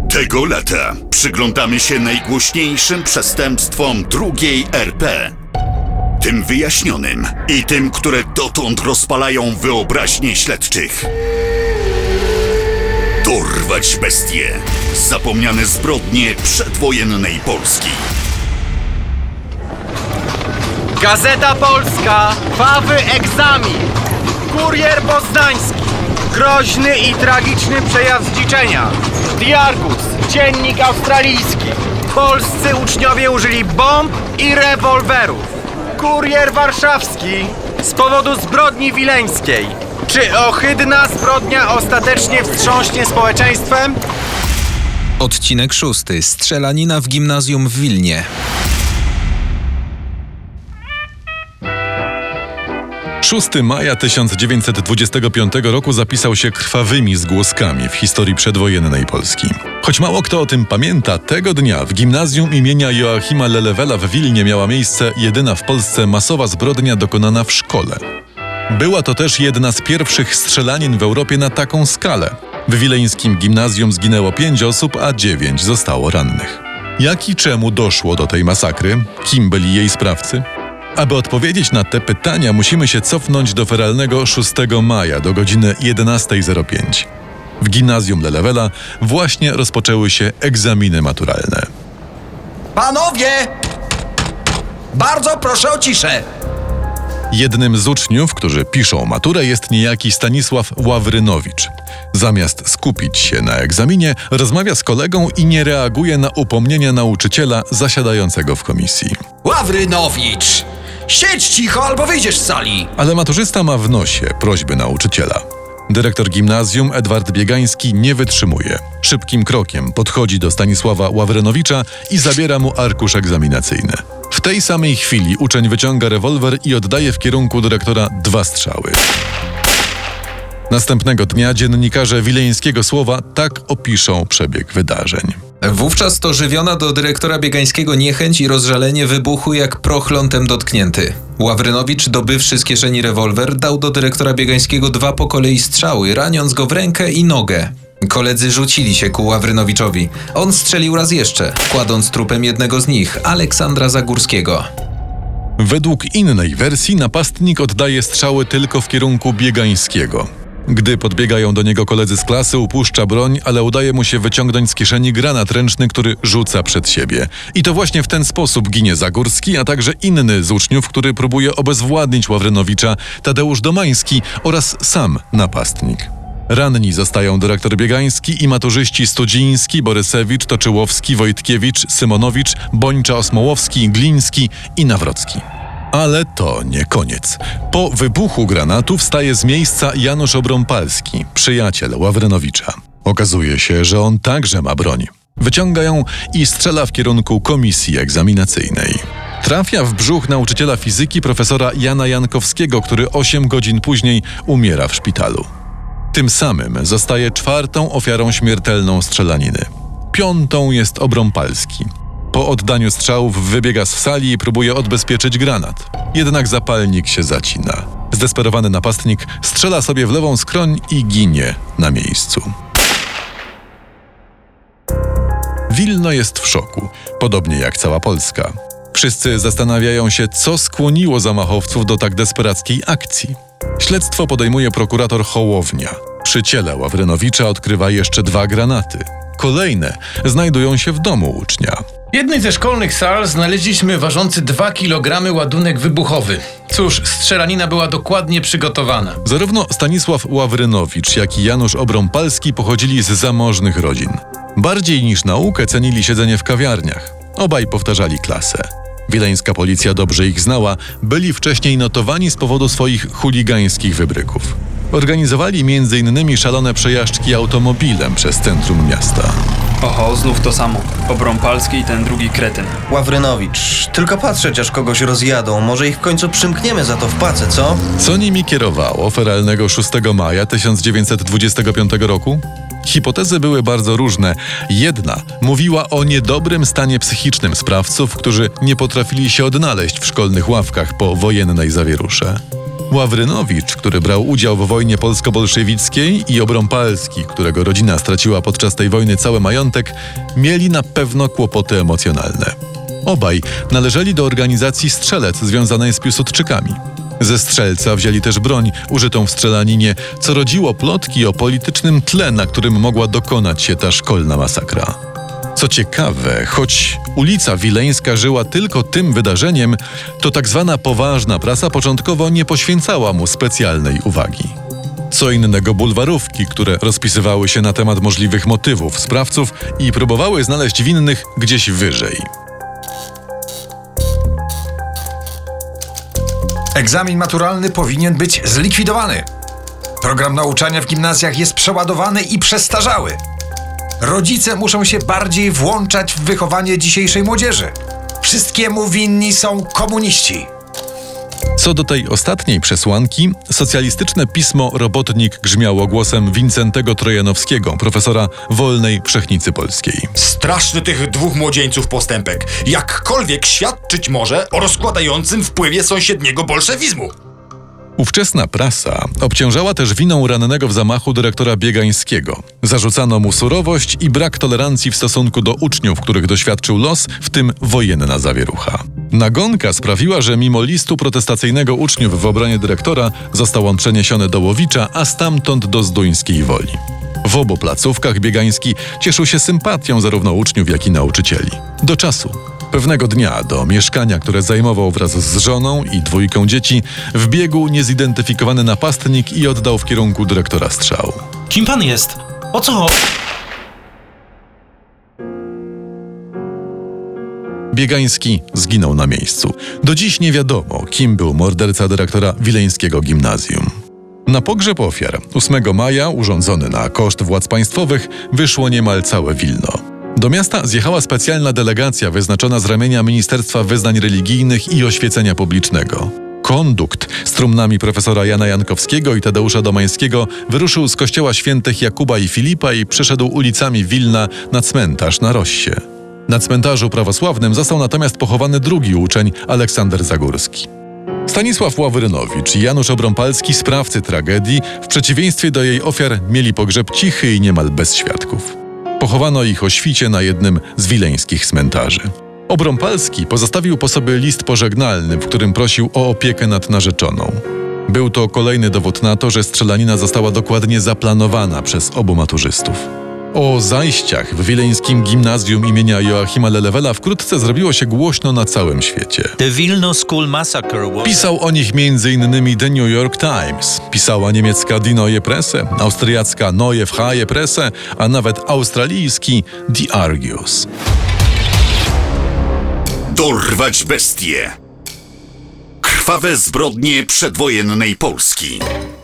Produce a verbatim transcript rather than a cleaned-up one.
Tego lata przyglądamy się najgłośniejszym przestępstwom drugiej R P. Tym wyjaśnionym i tym, które dotąd rozpalają wyobraźnię śledczych. Dorwać bestie. Zapomniane zbrodnie przedwojennej Polski. Gazeta Polska, Pawy egzamin, Kurier Poznański, groźny i tragiczny przejaw zdziczenia, The Argus, dziennik australijski, polscy uczniowie użyli bomb i rewolwerów, Kurier Warszawski, z powodu zbrodni wileńskiej. Czy ohydna zbrodnia ostatecznie wstrząśnie społeczeństwem? Odcinek szósty. Strzelanina w gimnazjum w Wilnie. szóstego maja tysiąc dziewięćset dwudziestego piątego roku zapisał się krwawymi zgłoskami w historii przedwojennej Polski. Choć mało kto o tym pamięta, tego dnia w gimnazjum imienia Joachima Lelewela w Wilnie miała miejsce jedyna w Polsce masowa zbrodnia dokonana w szkole. Była to też jedna z pierwszych strzelanin w Europie na taką skalę. W wileńskim gimnazjum zginęło pięć osób, a dziewięć zostało rannych. Jak i czemu doszło do tej masakry? Kim byli jej sprawcy? Aby odpowiedzieć na te pytania, musimy się cofnąć do feralnego szóstego maja do godziny jedenastej zero pięć. W gimnazjum Lelewela właśnie rozpoczęły się egzaminy maturalne. Panowie! Bardzo proszę o ciszę! Jednym z uczniów, którzy piszą maturę, jest niejaki Stanisław Ławrynowicz. Zamiast skupić się na egzaminie, rozmawia z kolegą i nie reaguje na upomnienia nauczyciela zasiadającego w komisji. Ławrynowicz! Siedź cicho albo wyjdziesz z sali! Ale maturzysta ma w nosie prośby nauczyciela. Dyrektor gimnazjum Edward Biegański nie wytrzymuje. Szybkim krokiem podchodzi do Stanisława Ławrynowicza i zabiera mu arkusz egzaminacyjny. W tej samej chwili uczeń wyciąga rewolwer i oddaje w kierunku dyrektora dwa strzały. Następnego dnia dziennikarze Wileńskiego Słowa tak opiszą przebieg wydarzeń. Wówczas to żywiona do dyrektora Biegańskiego niechęć i rozżalenie wybuchły jak proch lądem dotknięty. Ławrynowicz, dobywszy z kieszeni rewolwer, dał do dyrektora Biegańskiego dwa po kolei strzały, raniąc go w rękę i nogę. Koledzy rzucili się ku Ławrynowiczowi. On strzelił raz jeszcze, kładąc trupem jednego z nich, Aleksandra Zagórskiego. Według innej wersji napastnik oddaje strzały tylko w kierunku Biegańskiego. Gdy podbiegają do niego koledzy z klasy, upuszcza broń, ale udaje mu się wyciągnąć z kieszeni granat ręczny, który rzuca przed siebie. I to właśnie w ten sposób ginie Zagórski, a także inny z uczniów, który próbuje obezwładnić Ławrynowicza, Tadeusz Domański oraz sam napastnik. Ranni zostają dyrektor Biegański i maturzyści Studziński, Borysewicz, Toczyłowski, Wojtkiewicz, Symonowicz, Bończa-Osmołowski, Gliński i Nawrocki. Ale to nie koniec. Po wybuchu granatu wstaje z miejsca Janusz Obrąpalski, przyjaciel Ławrynowicza. Okazuje się, że on także ma broń. Wyciąga ją i strzela w kierunku komisji egzaminacyjnej. Trafia w brzuch nauczyciela fizyki profesora Jana Jankowskiego, który osiem godzin później umiera w szpitalu. Tym samym zostaje czwartą ofiarą śmiertelną strzelaniny. Piątą jest Obrąpalski. Po oddaniu strzałów wybiega z sali i próbuje odbezpieczyć granat. Jednak zapalnik się zacina. Zdesperowany napastnik strzela sobie w lewą skroń i ginie na miejscu. Wilno jest w szoku, podobnie jak cała Polska. Wszyscy zastanawiają się, co skłoniło zamachowców do tak desperackiej akcji. Śledztwo podejmuje prokurator Hołownia. Przy ciele Ławrynowicza odkrywa jeszcze dwa granaty. Kolejne znajdują się w domu ucznia. W jednej ze szkolnych sal znaleźliśmy ważący dwa kilogramy ładunek wybuchowy. Cóż, strzelanina była dokładnie przygotowana. Zarówno Stanisław Ławrynowicz, jak i Janusz Obrąpalski pochodzili z zamożnych rodzin. Bardziej niż naukę cenili siedzenie w kawiarniach. Obaj powtarzali klasę. Wileńska policja dobrze ich znała, byli wcześniej notowani z powodu swoich chuligańskich wybryków. Organizowali między innymi szalone przejażdżki automobilem przez centrum miasta. Oho, znów to samo. Obrąpalski i ten drugi kretyn. Ławrynowicz, tylko patrzeć, aż kogoś rozjadą. Może ich w końcu przymkniemy za to w pace, co? Co nimi kierowało feralnego szóstego maja tysiąc dziewięćset dwudziestego piątego roku? Hipotezy były bardzo różne. Jedna mówiła o niedobrym stanie psychicznym sprawców, którzy nie potrafili się odnaleźć w szkolnych ławkach po wojennej zawierusze. Ławrynowicz, który brał udział w wojnie polsko-bolszewickiej, i Obrąpalski, którego rodzina straciła podczas tej wojny cały majątek, mieli na pewno kłopoty emocjonalne. Obaj należeli do organizacji Strzelec związanej z Piłsudczykami. Ze Strzelca wzięli też broń użytą w strzelaninie, co rodziło plotki o politycznym tle, na którym mogła dokonać się ta szkolna masakra. Co ciekawe, choć ulica Wileńska żyła tylko tym wydarzeniem, to tak zwana poważna prasa początkowo nie poświęcała mu specjalnej uwagi. Co innego bulwarówki, które rozpisywały się na temat możliwych motywów sprawców i próbowały znaleźć winnych gdzieś wyżej. Egzamin maturalny powinien być zlikwidowany. Program nauczania w gimnazjach jest przeładowany i przestarzały. Rodzice muszą się bardziej włączać w wychowanie dzisiejszej młodzieży. Wszystkiemu winni są komuniści. Co do tej ostatniej przesłanki, socjalistyczne pismo Robotnik grzmiało głosem Wincentego Trojanowskiego, profesora Wolnej Wszechnicy Polskiej. Straszny tych dwóch młodzieńców postępek. Jakkolwiek świadczyć może o rozkładającym wpływie sąsiedniego bolszewizmu. Ówczesna prasa obciążała też winą rannego w zamachu dyrektora Biegańskiego. Zarzucano mu surowość i brak tolerancji w stosunku do uczniów, których doświadczył los, w tym wojenna zawierucha. Nagonka sprawiła, że mimo listu protestacyjnego uczniów w obronie dyrektora został on przeniesiony do Łowicza, a stamtąd do Zduńskiej Woli. W obu placówkach Biegański cieszył się sympatią zarówno uczniów, jak i nauczycieli. Do czasu. Pewnego dnia do mieszkania, które zajmował wraz z żoną i dwójką dzieci, wbiegł niezidentyfikowany napastnik i oddał w kierunku dyrektora strzał. Kim pan jest? O co? Biegański zginął na miejscu. Do dziś nie wiadomo, kim był morderca dyrektora Wileńskiego Gimnazjum. Na pogrzeb ofiar ósmego maja, urządzony na koszt władz państwowych, wyszło niemal całe Wilno. Do miasta zjechała specjalna delegacja wyznaczona z ramienia Ministerstwa Wyznań Religijnych i Oświecenia Publicznego. Kondukt z trumnami profesora Jana Jankowskiego i Tadeusza Domańskiego wyruszył z kościoła świętych Jakuba i Filipa i przeszedł ulicami Wilna na cmentarz na Rossie. Na cmentarzu prawosławnym został natomiast pochowany drugi uczeń, Aleksander Zagórski. Stanisław Ławrynowicz i Janusz Obrąpalski, sprawcy tragedii, w przeciwieństwie do jej ofiar, mieli pogrzeb cichy i niemal bez świadków. Pochowano ich o świcie na jednym z wileńskich cmentarzy. Obrąpalski pozostawił po sobie list pożegnalny, w którym prosił o opiekę nad narzeczoną. Był to kolejny dowód na to, że strzelanina została dokładnie zaplanowana przez obu maturzystów. O zajściach w wileńskim gimnazjum imienia Joachima Lelewela wkrótce zrobiło się głośno na całym świecie. The Wilno School Massacre was... Pisał o nich między innymi The New York Times, pisała niemiecka Die Neue Presse, austriacka Neue Freie Presse, a nawet australijski The Argus. Dorwać bestie. Krwawe zbrodnie przedwojennej Polski.